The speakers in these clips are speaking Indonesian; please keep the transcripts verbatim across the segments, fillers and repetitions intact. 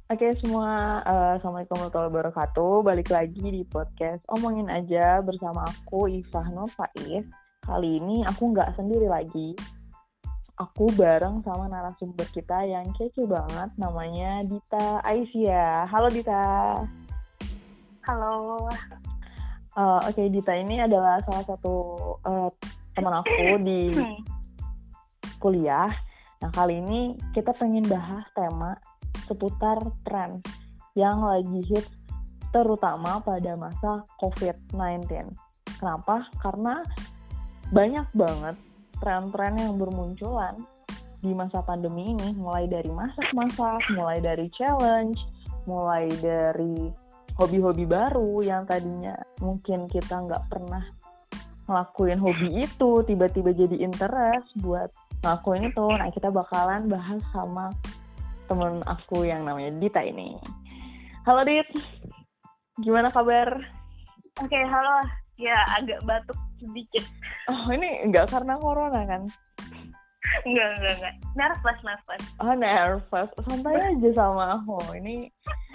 Oke semua, uh, Assalamualaikum warahmatullahi wabarakatuh. Balik lagi di podcast Omongin Aja bersama aku Ifah Nur Faiz. Kali ini aku nggak sendiri lagi. Aku bareng sama narasumber kita yang kece banget, namanya Dita Aisyah. Halo Dita. Halo. Uh, Oke okay, Dita ini adalah salah satu uh, teman aku di kuliah. Nah kali ini kita pengen bahas tema seputar tren yang lagi hits terutama pada masa covid sembilan belas. Kenapa? Karena banyak banget tren-tren yang bermunculan di masa pandemi ini, mulai dari masak-masak, mulai dari challenge, mulai dari hobi-hobi baru yang tadinya mungkin kita nggak pernah ngelakuin hobi itu, tiba-tiba jadi interest buat ngelakuin itu. Nah kita bakalan bahas sama temen aku yang namanya Dita ini. Halo Dit, gimana kabar? Oke, okay, halo. Ya agak batuk sedikit. Oh ini enggak karena corona kan? Enggak, enggak, enggak. Nervous, nervous. Oh nervous, santai aja sama aku. Ini.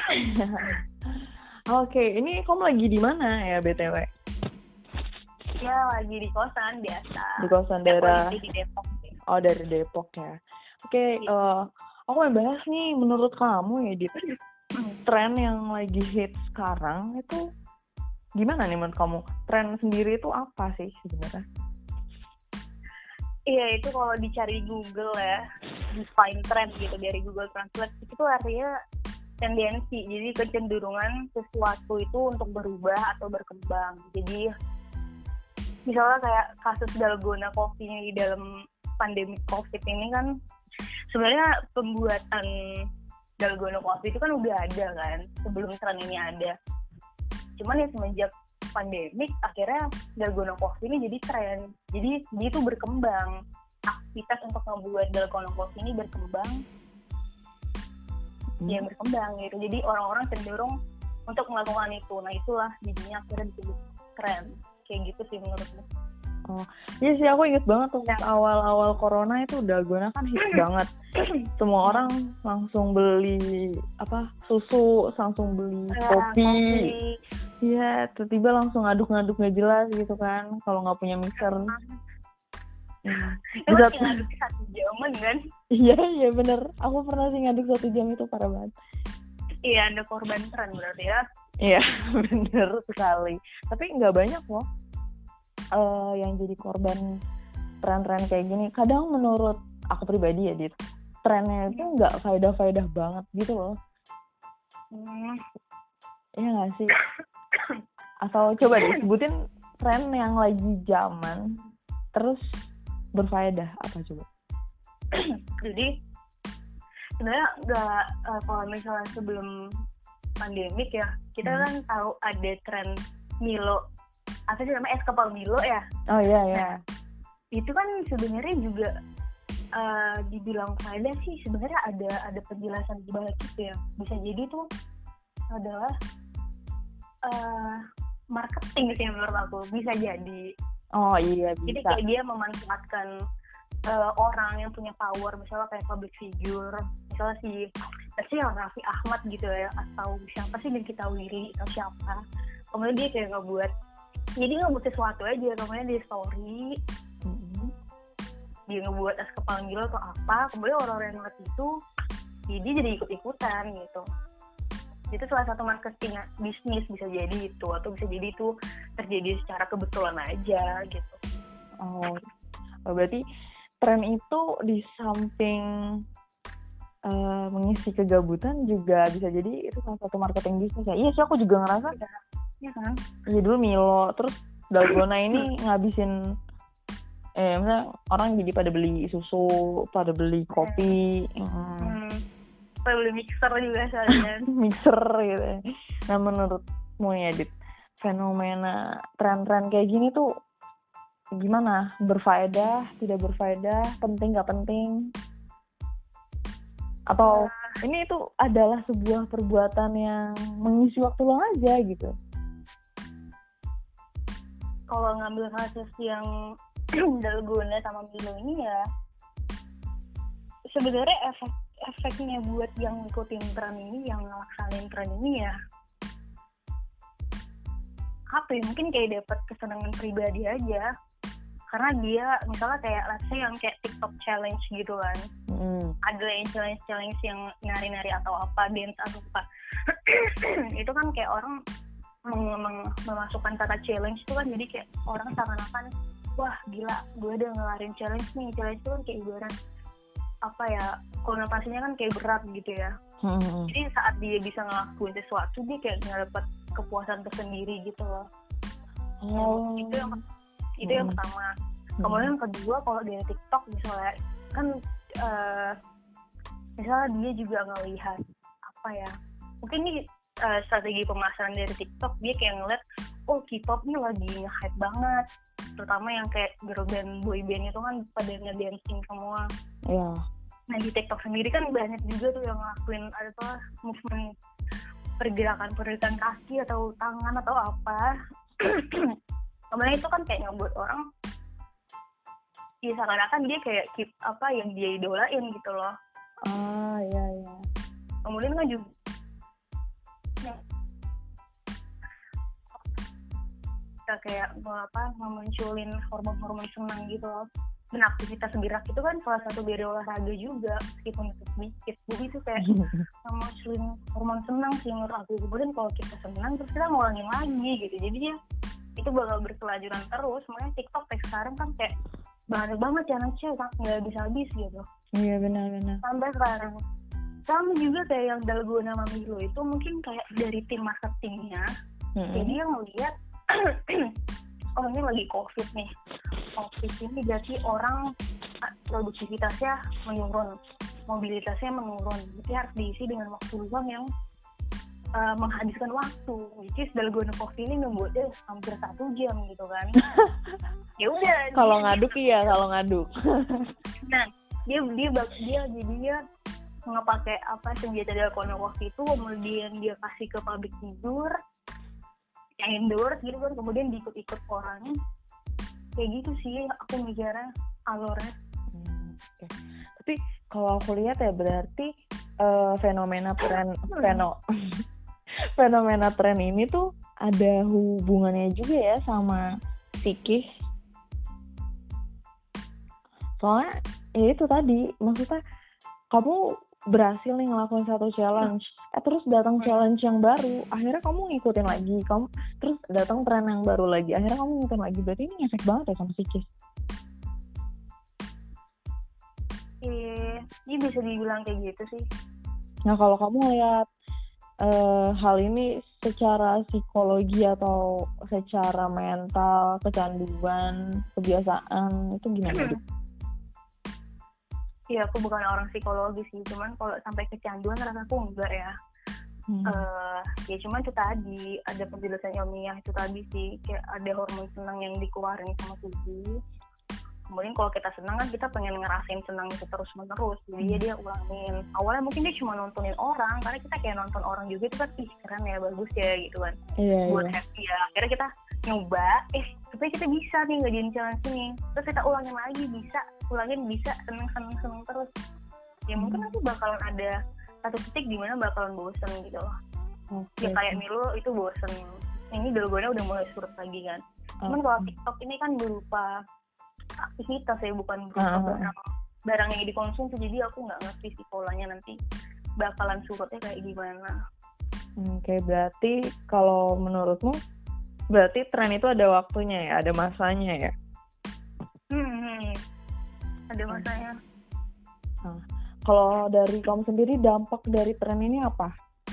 Oke, okay, ini kamu lagi di mana ya B T W? Ya lagi di kosan biasa. Di kosan daerah. Di Depok. Oh dari Depok ya. Oke, okay, uh, aku mau bahas nih, menurut kamu ya Dit, tren yang lagi hit sekarang itu gimana nih menurut kamu? Tren sendiri itu apa sih sebenarnya? Iya itu kalau dicari Google ya, define trend gitu dari Google Translate itu artinya tendensi, jadi kecenderungan sesuatu itu untuk berubah atau berkembang. Jadi misalnya kayak kasus dalgona coffee di dalam pandemi COVID ini kan sebenarnya pembuatan dalgona coffee itu kan udah ada kan sebelum tren ini ada. Cuman ya semenjak pandemik akhirnya dalgona coffee ini jadi tren. Jadi dia itu berkembang. Aktivitas untuk membuat dalgona coffee ini berkembang. Hmm. Ya berkembang gitu. Jadi orang-orang cenderung untuk melakukan itu. Nah itulah jadinya akhirnya disebut tren. Kayak gitu sih menurutku. Oh, iya sih aku inget banget tuh ya. Awal-awal corona itu dalgona kan hits banget. Semua orang langsung beli apa susu, langsung beli ya, kopi. Iya, tiba-tiba langsung ngaduk-ngaduk nggak jelas gitu kan, kalau nggak punya mixer. Hmm. Itu masih ngaduk satu jaman kan? Iya iya bener, aku pernah sih ngaduk satu jam itu parah banget. Iya, ada korban tren berarti ya? Iya bener sekali. Tapi nggak banyak loh. Uh, yang jadi korban tren-tren kayak gini. Kadang menurut aku pribadi ya Dit, trennya itu nggak faedah-faedah banget gitu loh. Hmm. Iya nggak sih? Atau coba deh sebutin tren yang lagi zaman terus berfaedah apa coba? Jadi sebenarnya nggak uh, kalau misalnya sebelum pandemik ya kita hmm. kan tahu ada tren Milo. Apa sih namanya es kepal Milo ya? Oh iya iya. Nah, itu kan sebenarnya juga uh, dibilang faedah sih sebenarnya ada ada penjelasan di balik itu ya. Bisa jadi tuh adalah uh, marketing sih menurut aku, bisa jadi. Oh iya bisa. Jadi kayak dia memanfaatkan uh, orang yang punya power, misalnya kayak public figure, misalnya si si Raffi Ahmad gitu ya, atau siapa sih Nikita Willy atau siapa. Kemudian dia kayak ngebuat jadi ngebuat sesuatu aja, kemudian dia story, mm-hmm. dia ngebuat es kepal Milo atau apa, kemudian orang-orang yang ngeliat itu, jadi jadi ikut-ikutan gitu. Itu salah satu marketing bisnis bisa jadi itu, atau bisa jadi itu terjadi secara kebetulan aja gitu. Oh, berarti tren itu di samping uh, mengisi kegabutan juga bisa jadi itu salah satu marketing bisnis ya. Iya sih aku juga ngerasa. Ya. Iya kan? Iya dulu Milo, terus dalgona ini ngabisin, eh misalnya orang jadi pada beli susu, pada beli kopi, hmm. Hmm. pada beli mixer juga soalnya. Mixer gitu. Nah menurutmu ya Dit, fenomena tren-tren kayak gini tuh gimana? Berfaedah, tidak berfaedah, penting nggak penting? Atau uh. ini itu adalah sebuah perbuatan yang mengisi waktu luang aja gitu? Kalau ngambil kasus yang dalgona sama Milo ini ya sebenarnya efek efeknya buat yang ngikutin tren ini, yang ngelaksanain tren ini ya apa ya, mungkin kayak dapat kesenangan pribadi aja. Karena dia misalnya kayak let's say yang kayak TikTok challenge gitu kan, mm. ada yang challenge-challenge yang nari-nari atau apa, dance atau apa itu kan kayak orang mem- mem- memasukkan kata challenge itu kan, jadi kayak orang seakan-akan wah gila gue udah ngelarin challenge nih. Challenge itu kan kayak ibarat apa ya, konotasinya kan kayak berat gitu ya. mm. Jadi saat dia bisa ngelakuin sesuatu, dia kayak ngedapet kepuasan tersendiri gitu loh. oh. Itu yang itu yang hmm. pertama. Kemudian yang kedua, kalau dari TikTok misalnya kan uh, misalnya dia juga ngelihat apa ya, mungkin ini uh, strategi pemasaran dari TikTok, dia kayak ngeliat oh K-pop ini lagi nge-hype banget, terutama yang kayak girl band, boy band itu kan pada nge-dancing semua. Iya. Yeah. Nah di TikTok sendiri kan banyak juga tuh yang ngelakuin ada tuh movement pergerakan-pergerakan kaki atau tangan atau apa. Kemudian itu kan kayak ngebuat orang ya seakan-akan dia kayak keep apa yang dia idolain gitu loh. Ah iya iya. Kemudian kan juga kita kayak apa memunculin hormon-hormon senang gitu loh. Dan aktivitas gerak itu kan salah satu dari olahraga juga, meskipun sedikit. Jadi itu kayak memunculin hormon senang sih menurut aku. Kemudian kalau kita senang terus kita ngulangin lagi gitu. Jadinya itu bakal berkelanjutan terus. Makanya TikTok kayak sekarang kan kayak banyak banget challenge-nya, nggak habis-habis gitu. Iya benar-benar. Sampai sekarang. Sama juga kayak yang Dalgona Milo itu mungkin kayak dari tim marketingnya. Mm-hmm. Jadi yang ngeliat oh ini lagi COVID nih. COVID ini jadi orang produktivitasnya menurun, mobilitasnya menurun. Jadi harus diisi dengan waktu luang yang Uh, menghabiskan waktu, which is Dalgona Coffee ini ngebuatnya hampir satu jam gitu kan. Ya udah. Kalau ngaduk iya, kalau ngaduk. Nah, dia dia dia jadi dia ngepakai apa senjata Dalgona Coffee itu, kemudian dia kasih ke pabrik tidur, yang endorse gitu kan, kemudian diikut-ikut orang. Kayak gitu sih, aku mikirnya alurnya. Hmm, okay. Tapi kalau aku lihat ya berarti uh, fenomena tren feno fenomena tren ini tuh ada hubungannya juga ya sama psikis. Soalnya ya itu tadi, maksudnya kamu berhasil nih ngelakuin satu challenge, eh terus datang challenge yang baru, akhirnya kamu ngikutin lagi, kamu terus datang tren yang baru lagi, akhirnya kamu ngikutin lagi. Berarti ini ngefek banget ya sama psikis. Iya, ini bisa dibilang kayak gitu sih. Nah kalau kamu lihat Uh, hal ini secara psikologi atau secara mental, kecanduan, kebiasaan, itu gimana? Iya, aku bukan orang psikologi sih, cuman kalau sampai kecanduan rasa aku enggak ya. Hmm. Uh, ya cuman itu tadi, ada penjelasan ilmiah itu tadi sih, kayak ada hormon senang yang dikeluarin sama tubuh. Kemudian kalau kita senang kan kita pengen ngerasain senang itu terus-menerus, jadi hmm. dia ulangin. Awalnya mungkin dia cuma nontonin orang, karena kita kayak nonton orang juga itu kan, ih keren ya, bagus ya gitu kan, yeah, buat yeah. happy ya. Akhirnya kita nyoba, eh supaya kita bisa nih ngadain challenge ini, terus kita ulangin lagi, bisa, ulangin bisa, seneng-seneng-seneng terus. Ya hmm. mungkin nanti bakalan ada satu titik di mana bakalan bosen gitu loh. Okay. Ya kayak Milo itu bosen, ini Dalgona udah mulai surut lagi kan. Cuman okay. kalau TikTok ini kan berupa aktivitas ya, bukan berupa uh-huh. barang barang yang dikonsumsi, jadi aku nggak ngerti sih polanya nanti bakalan surutnya kayak gimana. Oke, okay, berarti kalau menurutmu berarti tren itu ada waktunya ya, ada masanya ya? Hmm, ada masanya. Nah, kalau dari kamu sendiri dampak dari tren ini apa?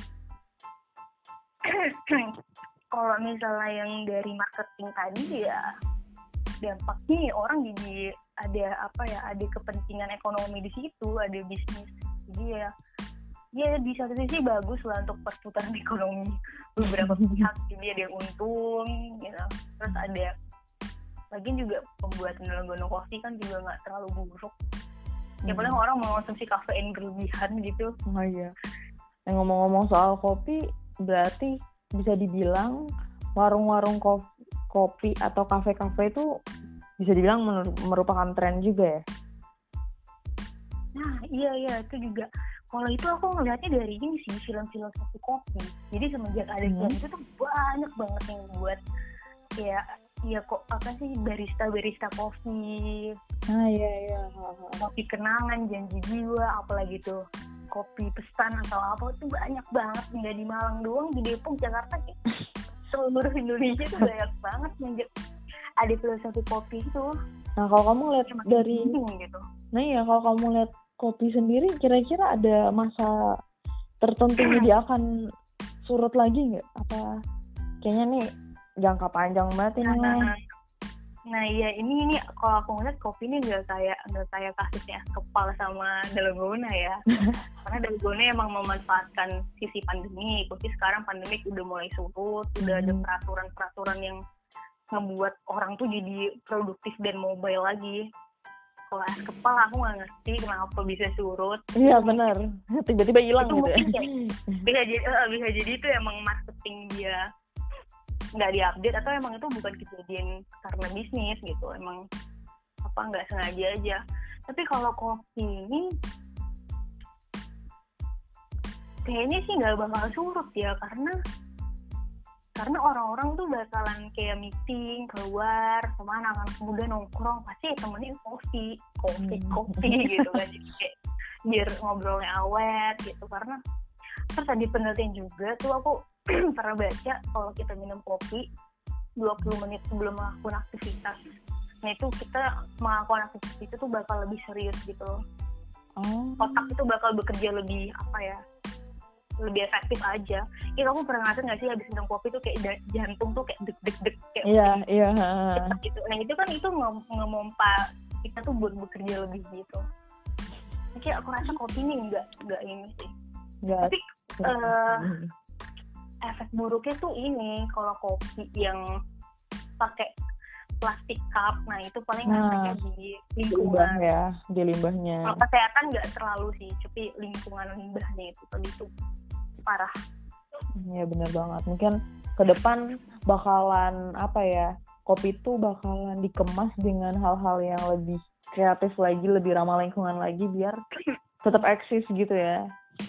Kalau misalnya yang dari marketing tadi ya dampaknya orang jadi ada apa ya, ada kepentingan ekonomi di situ, ada bisnis. Jadi ya ya di satu sisi bagus lah untuk perputaran ekonomi beberapa pihak, jadi ada yang untung gitu. Terus ada lagi juga pembuatan Dalgona Coffee kan juga nggak terlalu buruk. Ya paling hmm. orang mengonsumsi kafein berlebihan gitu. Oh iya. Yang ngomong-ngomong soal kopi, berarti bisa dibilang warung-warung kopi kopi atau kafe-kafe itu bisa dibilang merupakan tren juga ya? Nah iya iya itu juga Kalau itu aku ngelihatnya dari ini sih, film filosofi kopi. Jadi semenjak ada film Hmm. itu tuh banyak banget yang buat kayak ya kok apa sih barista barista kopi, Ah iya iya. kopi kenangan, janji jiwa, apalagi tuh kopi pesan atau apa tuh banyak banget. Nggak di Malang doang, di Depok, Jakarta, kayak seluruh Indonesia tuh banyak banget semenjak ada filosofi kopi itu. Nah kalau kamu lihat Kayak makin dari, bingung gitu. nah ya kalau kamu lihat kopi sendiri, kira-kira ada masa tertentu nih dia akan surut lagi nggak? Apa kayaknya nih jangka panjang banget ini? Nah, nah iya ini ini kalau aku ngeliat kopi ini nggak kayak nggak kayak kasusnya Kepal sama Dalgona ya. Karena Dalgona emang memanfaatkan sisi pandemi. Tapi sekarang pandemi udah mulai surut, udah ada Hmm. peraturan-peraturan yang ngebuat orang tuh jadi produktif dan mobile lagi. Kalau es kepal aku nggak ngerti kenapa bisa surut. Iya benar, tiba-tiba hilang Itu gitu ya. mungkin kayak bisa jadi eh, bisa jadi itu emang marketing dia nggak diupdate, atau emang itu bukan kejadian karena bisnis gitu, emang apa nggak sengaja aja. Tapi kalau kopi ini kayaknya sih nggak bakal surut ya, karena karena orang-orang tuh bakalan kayak meeting keluar sama anak-anak muda nongkrong, pasti temennya kopi kopi Hmm. kopi gitu kan. Jadi kayak biar ngobrolnya awet gitu. Karena terus tadi penelitian juga tuh aku pernah baca kalau kita minum kopi dua puluh menit sebelum melakukan aktivitas, nah itu kita melakukan aktivitas itu tuh bakal lebih serius gitu loh. Oh. Otak itu bakal bekerja lebih apa ya, lebih efektif aja. Ya kamu pernah ngerasain nggak sih habis minum kopi tuh kayak da- jantung tuh kayak deg-deg-deg kayak Iya iya. cepet gitu. Nah itu kan itu nge- ngemompa kita tuh buat bekerja lebih gitu. Jadi aku rasa kopi ini nggak nggak ini sih. Nggak. Tapi eh, efek buruknya tuh ini kalau kopi yang pakai plastik cup, nah itu paling Nah, efeknya di limbah lingkungan. ya, di limbahnya. Kalau kesehatan nggak terlalu sih, tapi lingkungan limbahnya itu tadi tuh parah. Ya benar banget. Mungkin ke depan bakalan apa ya? Kopi itu bakalan dikemas dengan hal-hal yang lebih kreatif lagi, lebih ramah lingkungan lagi biar tetap eksis gitu ya.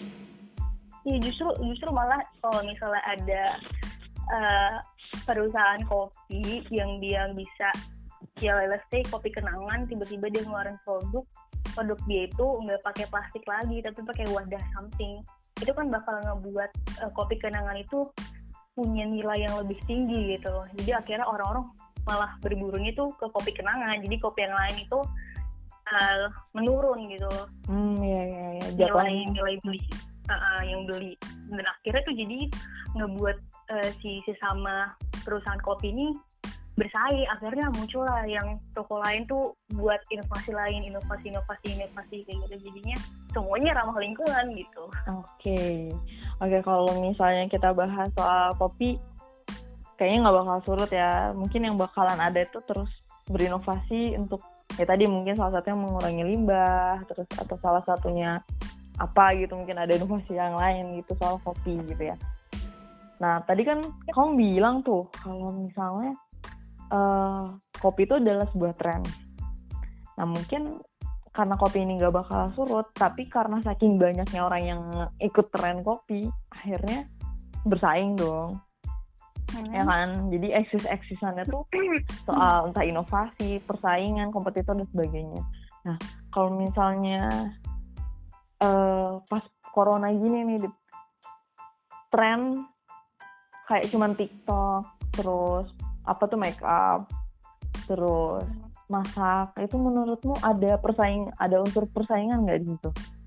Ya justru justru malah kalau misalnya ada uh, perusahaan kopi yang dia bisa, ya let's say kopi kenangan, tiba-tiba dia ngeluarin produk produk dia itu nggak pakai plastik lagi tapi pakai wadah something, itu kan bakal ngebuat uh, kopi kenangan itu punya nilai yang lebih tinggi gitu loh. Jadi akhirnya orang-orang malah berburunya tuh ke kopi kenangan, jadi kopi yang lain itu uh, menurun gitu loh. Hmm, ya ya ya. Nilai Jatuhnya. nilai beli uh, yang beli, dan akhirnya tuh jadi ngebuat uh, si sesama perusahaan kopi ini bersaing. Akhirnya muncul lah yang toko lain tuh buat inovasi lain, inovasi inovasi inovasi kayak gitu, jadinya semuanya ramah lingkungan gitu. Oke, oke kalau misalnya kita bahas soal kopi, kayaknya nggak bakal surut ya. Mungkin yang bakalan ada itu terus berinovasi untuk ya tadi mungkin salah satunya mengurangi limbah, terus atau salah satunya apa gitu, mungkin ada inovasi yang lain gitu soal kopi gitu ya. Nah tadi kan kamu bilang tuh kalau misalnya uh, kopi itu adalah sebuah tren. Nah mungkin karena kopi ini nggak bakal surut, tapi karena saking banyaknya orang yang ikut tren kopi, akhirnya bersaing dong. Hmm. Ya kan, jadi eksis-eksisannya tuh soal entah inovasi, persaingan, kompetitor dan sebagainya. Nah, kalau misalnya uh, pas corona gini nih, tren kayak cuman TikTok, terus apa tuh make up, terus masak, itu menurutmu ada persaing, ada unsur persaingan nggak di situ?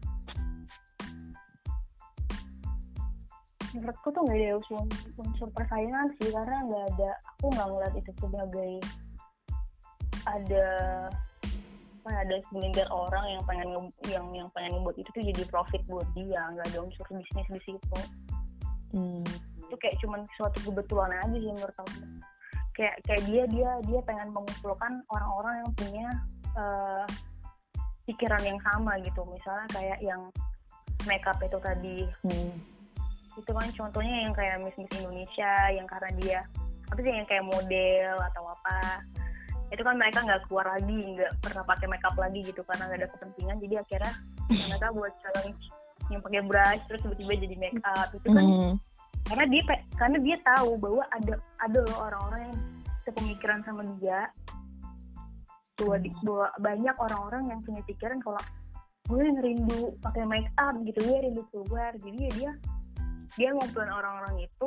Menurutku tuh nggak ada unsur, unsur persaingan sih, karena nggak ada, aku nggak ngeliat itu sebagai ada ada segelintir orang yang pengen yang yang pengen buat itu tuh jadi profit buat dia. Nggak ada unsur bisnis di situ. Hmm. Itu kayak cuman suatu kebetulan aja sih menurut aku. Kayak kayak dia dia dia pengen mengumpulkan orang-orang yang punya uh, pikiran yang sama gitu. Misalnya kayak yang makeup itu tadi. Hmm. Itu kan contohnya yang kayak Miss Miss Indonesia yang karena dia apa sih yang kayak model atau apa, itu kan mereka nggak keluar lagi, nggak pernah pakai makeup lagi gitu karena nggak ada kepentingan, jadi akhirnya mereka buat challenge yang pakai brush terus tiba-tiba jadi make up itu kan Hmm. karena dia karena dia tahu bahwa ada ada loh orang-orang yang sepemikiran sama dia, bahwa, di, bahwa banyak orang-orang yang punya pikiran kalau gue rindu pakai make up gitu, gue rindu keluar, jadi ya dia dia ngumpulin orang-orang itu,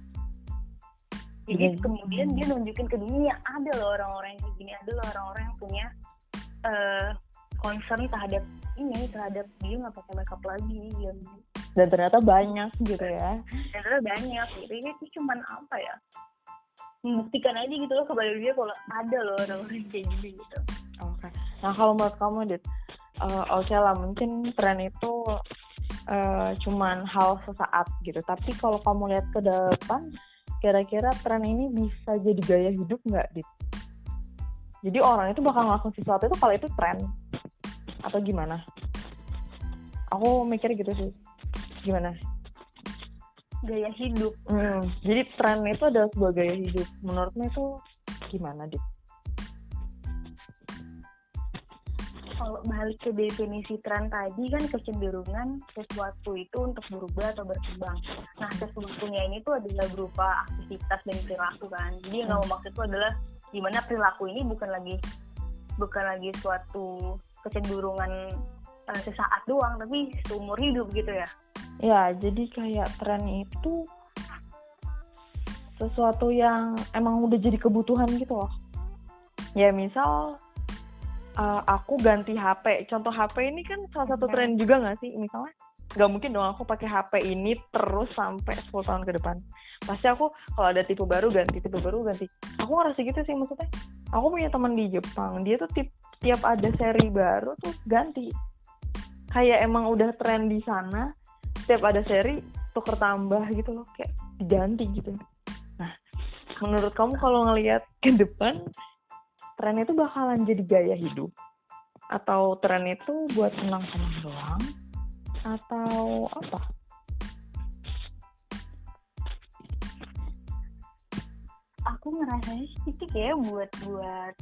jadi Hmm. kemudian dia nunjukin ke dunia ada loh orang-orang yang kayak gini, ada loh orang-orang yang punya uh, concern terhadap ini, terhadap dia nggak pakai makeup lagi gitu. Dan ternyata banyak gitu ya. Dan ternyata banyak gitu. Ini itu cuman apa ya? Membuktikan aja gitu loh kepada dia kalau ada loh orang-orang kayak gini gitu. Oke. Okay. Nah kalau menurut kamu, Dit, uh, oke okay lah mungkin tren itu uh, cuman hal sesaat gitu. Tapi kalau kamu lihat ke depan, kira-kira tren ini bisa jadi gaya hidup nggak, Dit? Jadi orang itu bakal ngelakuin sesuatu itu kalau itu tren atau gimana? Aku mikir gitu sih. Gimana? Gaya hidup. Hmm, jadi tren itu adalah sebuah gaya hidup. Menurutmu itu gimana, Dit? Kalau balik ke definisi tren tadi kan kecenderungan sesuatu itu untuk berubah atau berkembang. Nah, sesuatunya ini tuh adalah berupa aktivitas dan perilaku kan. Jadi yang nggak mau maksud itu adalah gimana perilaku ini bukan lagi bukan lagi suatu kecenderungan uh, sesaat doang, tapi seumur hidup gitu ya. Ya, jadi kayak tren itu sesuatu yang emang udah jadi kebutuhan gitu loh. Ya misal uh, aku ganti H P. Contoh H P ini kan salah satu tren juga nggak sih? Misalnya nggak mungkin dong aku pakai H P ini terus sampai sepuluh tahun ke depan. Pasti aku kalau ada tipe baru ganti, tipe baru ganti. Aku ngerasa gitu sih maksudnya. Aku punya teman di Jepang, dia tuh tip, tiap ada seri baru tuh ganti. Kayak emang udah tren di sana, setiap ada seri tuker tambah gitu loh, kayak diganti gitu. Nah, menurut kamu kalau ngelihat ke depan, tren itu bakalan jadi gaya hidup? Atau tren itu buat senang-senang doang? Atau apa? Aku ngerasanya sih kayak buat buat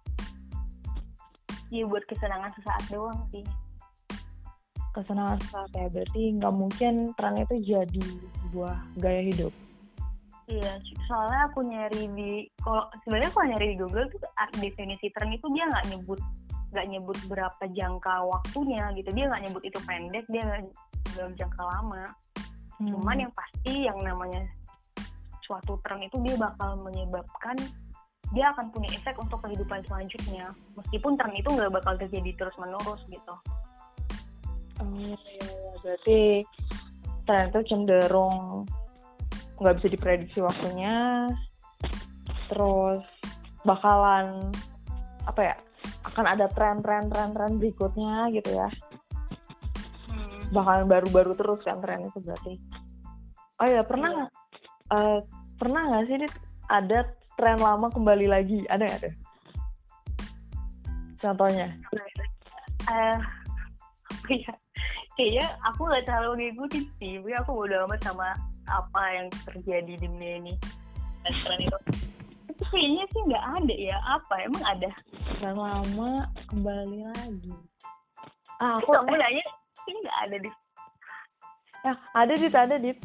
ya buat kesenangan sesaat doang sih. Kesenangan sesaat ya, berarti nggak mungkin tren itu jadi sebuah gaya hidup. Iya, soalnya aku nyari di kalau sebenarnya aku nyari di Google tuh definisi tren itu dia nggak nyebut nggak nyebut berapa jangka waktunya gitu, dia nggak nyebut itu pendek, dia nggak dalam jangka lama. Hmm. Cuman yang pasti yang namanya suatu tren itu dia bakal menyebabkan dia akan punya efek untuk kehidupan selanjutnya, meskipun tren itu nggak bakal terjadi terus menerus gitu. Oh iya, berarti tren itu cenderung nggak bisa diprediksi waktunya, terus bakalan apa ya, akan ada tren-tren-tren-tren berikutnya gitu ya. Hmm. Bakalan baru-baru terus kan tren itu berarti. Oh iya, pernah nggak iya. uh, pernah nggak sih Dit, ada tren lama kembali lagi, ada nggak deh? Contohnya? Uh, apa ya? Kayaknya aku nggak terlalu ngikutin sih, tapi aku bodo amat sama apa yang terjadi di dunia ini. Dan tren itu, itu kayaknya sih nggak ada ya. Apa emang ada? Tren lama kembali lagi. Ah, aku kamu nanya, ini nggak ada Dit. Ya, ada Dit, ada Dit.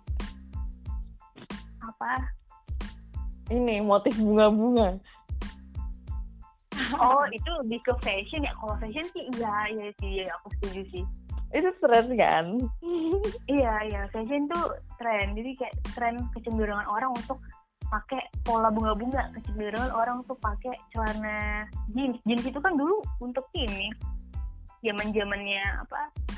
Apa? Ini motif bunga-bunga. Oh, itu lebih ke fashion ya. Kalau fashion sih iya, iya sih, ya, aku setuju sih. Itu tren kan? Iya, iya, fashion tuh tren. Jadi kayak tren kecenderungan orang untuk pakai pola bunga-bunga, kecenderungan orang untuk pakai celana jeans. Jeans itu kan dulu untuk ini, zaman-zamannya apa?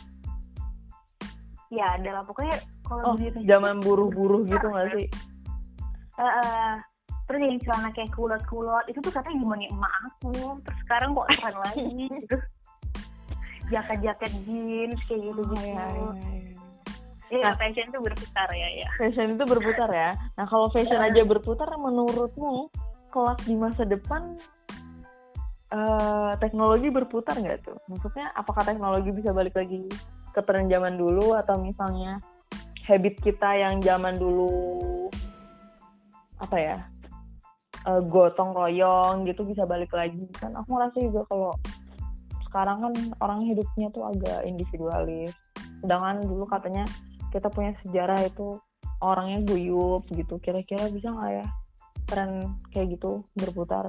Ya, adalah pokoknya kalau oh, zaman buruh-buruh gitu nggak sih? Uh, uh, terus yang celana kayak kulot-kulot itu tuh katanya gimana emak aku, terus sekarang kok tren lagi gitu. Jaket-jaket jeans kayak gitu gitu. Oh, ya, ya, ya. Ya, nah, fashion itu berputar ya, ya. Fashion itu berputar ya. Nah, kalau fashion uh, aja berputar, menurutmu kelak di masa depan uh, teknologi berputar nggak tuh? Maksudnya, apakah teknologi bisa balik lagi ke tren zaman dulu, atau misalnya habit kita yang zaman dulu apa ya, uh, gotong royong gitu bisa balik lagi? Kan aku ngerasa juga kalau sekarang kan orang hidupnya tuh agak individualis, Sedangkan dulu katanya kita punya sejarah itu orangnya guyup gitu. Kira-kira bisa nggak ya tren kayak gitu berputar?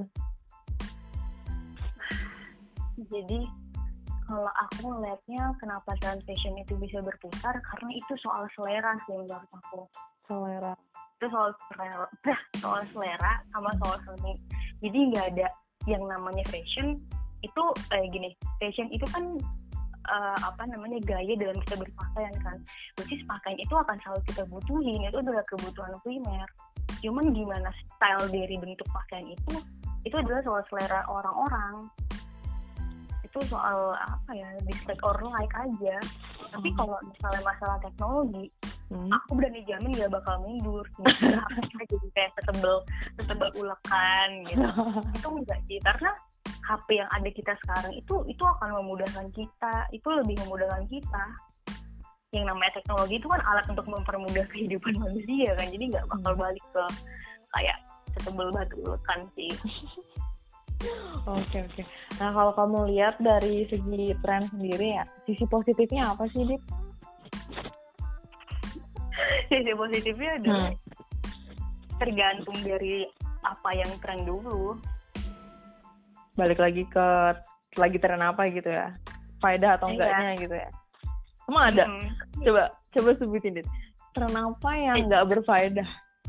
Jadi kalau aku ngeliatnya kenapa tren fashion itu bisa berputar, karena itu soal selera sih menurut aku. Selera. Itu soal selera, soal selera sama soal seni. Jadi nggak ada yang namanya fashion itu kayak gini. Fashion itu kan uh, apa namanya gaya dalam kita berpakaian kan. Which is pakaian itu akan selalu kita butuhin, itu adalah kebutuhan primer. Cuman gimana style dari bentuk pakaian itu, itu adalah soal selera orang-orang. Itu soal apa ya, dislike or like aja. Tapi hmm. kalau misalnya masalah teknologi, hmm. aku berani jamin gak bakal mundur. Gitu. H P jadi kayak setebel setebel ulekan gitu. Itu enggak sih, karena H P yang ada kita sekarang itu itu akan memudahkan kita, itu lebih memudahkan kita. Yang namanya teknologi itu kan alat untuk mempermudah kehidupan manusia kan, jadi nggak bakal balik ke kayak setebel batu ulekan sih. Oke oke. Nah kalau kamu lihat dari segi tren sendiri ya, sisi positifnya apa sih, Dit? Sisi positifnya adalah hmm. tergantung dari apa yang tren dulu. Balik lagi ke lagi tren apa gitu ya, faedah atau enggaknya gitu ya. Emang ada? Hmm. Coba coba sebutin, Dit. Tren apa yang nggak berfaedah?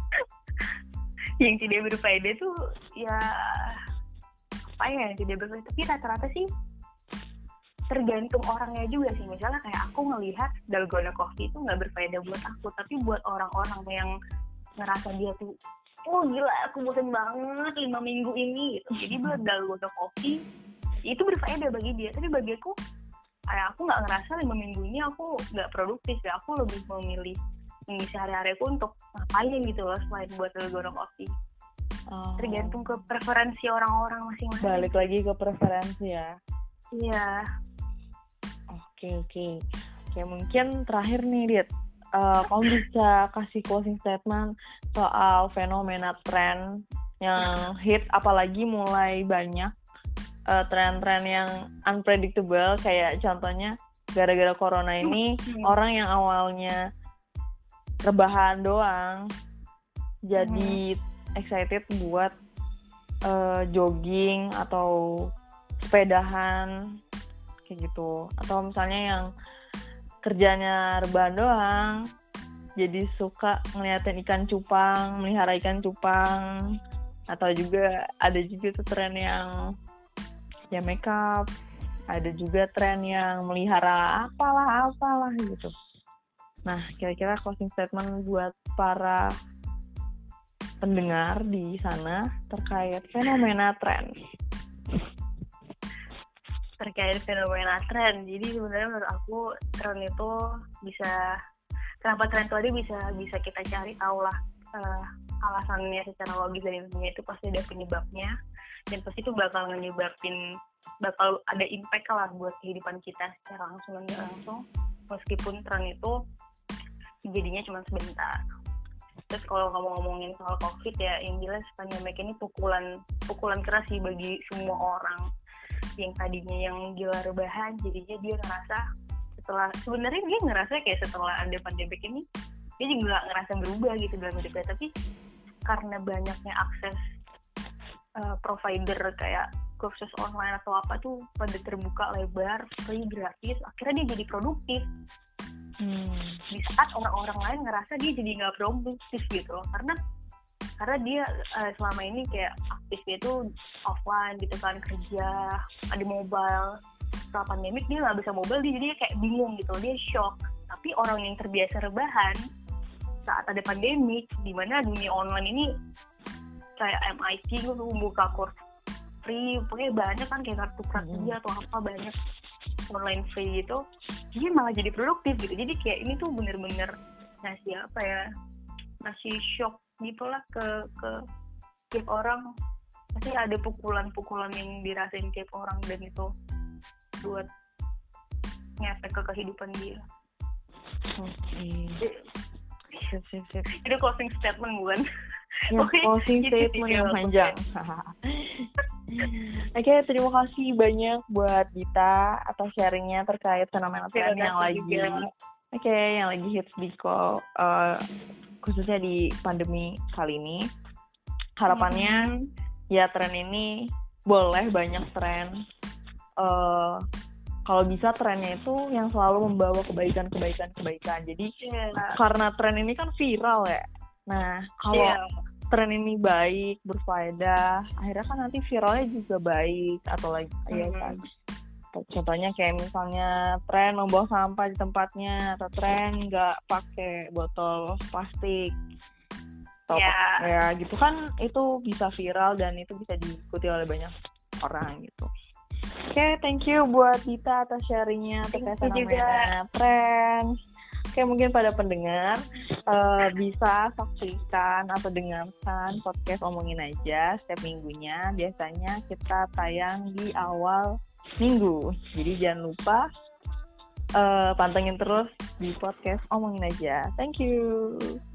Yang tidak berfaedah tuh ya apa ya yang tidak berfaedah, tapi rata-rata sih tergantung orangnya juga sih. Misalnya kayak aku ngelihat dalgona coffee itu nggak berfaedah buat aku, tapi buat orang-orang yang ngerasa dia tuh oh gila aku bosan banget lima minggu ini gitu, jadi buat dalgona coffee itu berfaedah bagi dia. Tapi bagi aku kayak aku nggak ngerasa lima minggu ini aku nggak produktif ya, aku lebih memilih mengisi hari-hari aku untuk ngapain gitu loh selain buat dalgona coffee. Oh. Tergantung ke preferensi orang-orang masing-masing. Balik lagi ke preferensi ya. Iya. Oke oke. Oke mungkin terakhir nih, Dit. Uh, kamu bisa kasih closing statement soal fenomena tren yang hit, apalagi mulai banyak uh, tren-tren yang unpredictable, kayak contohnya gara-gara corona ini hmm. orang yang awalnya rebahan doang jadi hmm. excited buat uh, jogging atau sepedahan kayak gitu, atau misalnya yang kerjanya rebahan doang jadi suka ngeliatin ikan cupang, melihara ikan cupang, atau juga ada juga tuh tren yang ya makeup, ada juga tren yang melihara apalah apalah gitu. Nah kira-kira closing statement buat para pendengar di sana terkait fenomena tren. Terkait fenomena tren, jadi sebenarnya menurut aku tren itu bisa, kenapa tren itu ada bisa bisa kita cari tahu lah uh, alasannya secara logis dan ilmiah, itu pasti ada penyebabnya dan pasti itu bakal menyebabin bakal ada impact lah buat kehidupan kita secara langsung dan tidak langsung, meskipun tren itu jadinya cuma sebentar. Terus kalau kamu ngomongin soal COVID ya, yang jelas pandemi ini pukulan pukulan keras sih bagi semua orang yang tadinya yang gila rebahan, jadinya dia ngerasa setelah sebenarnya dia ngerasa kayak setelah ada pandemi ini dia juga ngerasa berubah gitu dalam hidupnya, tapi karena banyaknya akses uh, provider kayak kursus online atau apa tuh pada terbuka lebar, free, gratis, akhirnya dia jadi produktif. Hmm. Di saat orang-orang lain ngerasa dia jadi nggak produktif gitu loh, karena karena dia uh, selama ini kayak aktifnya itu offline gitu kan, kerja ada mobile. Setelah pandemik dia nggak bisa mobile, dia jadi kayak bingung gitu, dia shock. Tapi orang yang terbiasa rebahan saat ada pandemik, di mana dunia online ini kayak M I T gitu buka course free, pokoknya banyak kan kayak kartu prakerja atau apa banyak online free gitu, dia malah jadi produktif gitu. Jadi kayak ini tuh bener-bener ngasih apa ya, ngasih shock gitulah ke ke tiap orang. Pasti ada pukulan-pukulan yang dirasain tiap orang dan itu buat ngefek ke kehidupan dia. Oke. Okay. Itu closing statement bukan? Ya, closing statement yang panjang. Oke, okay, terima kasih banyak buat Dita atas sharingnya terkait fenomena tren yang lagi juga Oke, okay, yang lagi hits di ko, uh, khususnya di pandemi kali ini, harapannya hmm. ya tren ini boleh banyak tren. Uh, kalau bisa trennya itu yang selalu membawa kebaikan-kebaikan-kebaikan. Jadi yeah. karena tren ini kan viral ya. Nah, kalau yeah. tren ini baik, berfaedah, akhirnya kan nanti viralnya juga baik atau lagi mm-hmm. ya kan. Contohnya kayak misalnya tren membuang sampah di tempatnya, atau tren nggak pakai botol plastik, atau yeah. ya gitu kan, itu bisa viral dan itu bisa diikuti oleh banyak orang gitu. Oke, okay, thank you buat Dita atas sharingnya terkait fenomena tren. Oke, okay, mungkin pada pendengar uh, bisa saksikan atau dengarkan podcast Omongin Aja setiap minggunya. Biasanya kita tayang di awal minggu. Jadi jangan lupa uh, pantengin terus di podcast Omongin Aja. Thank you.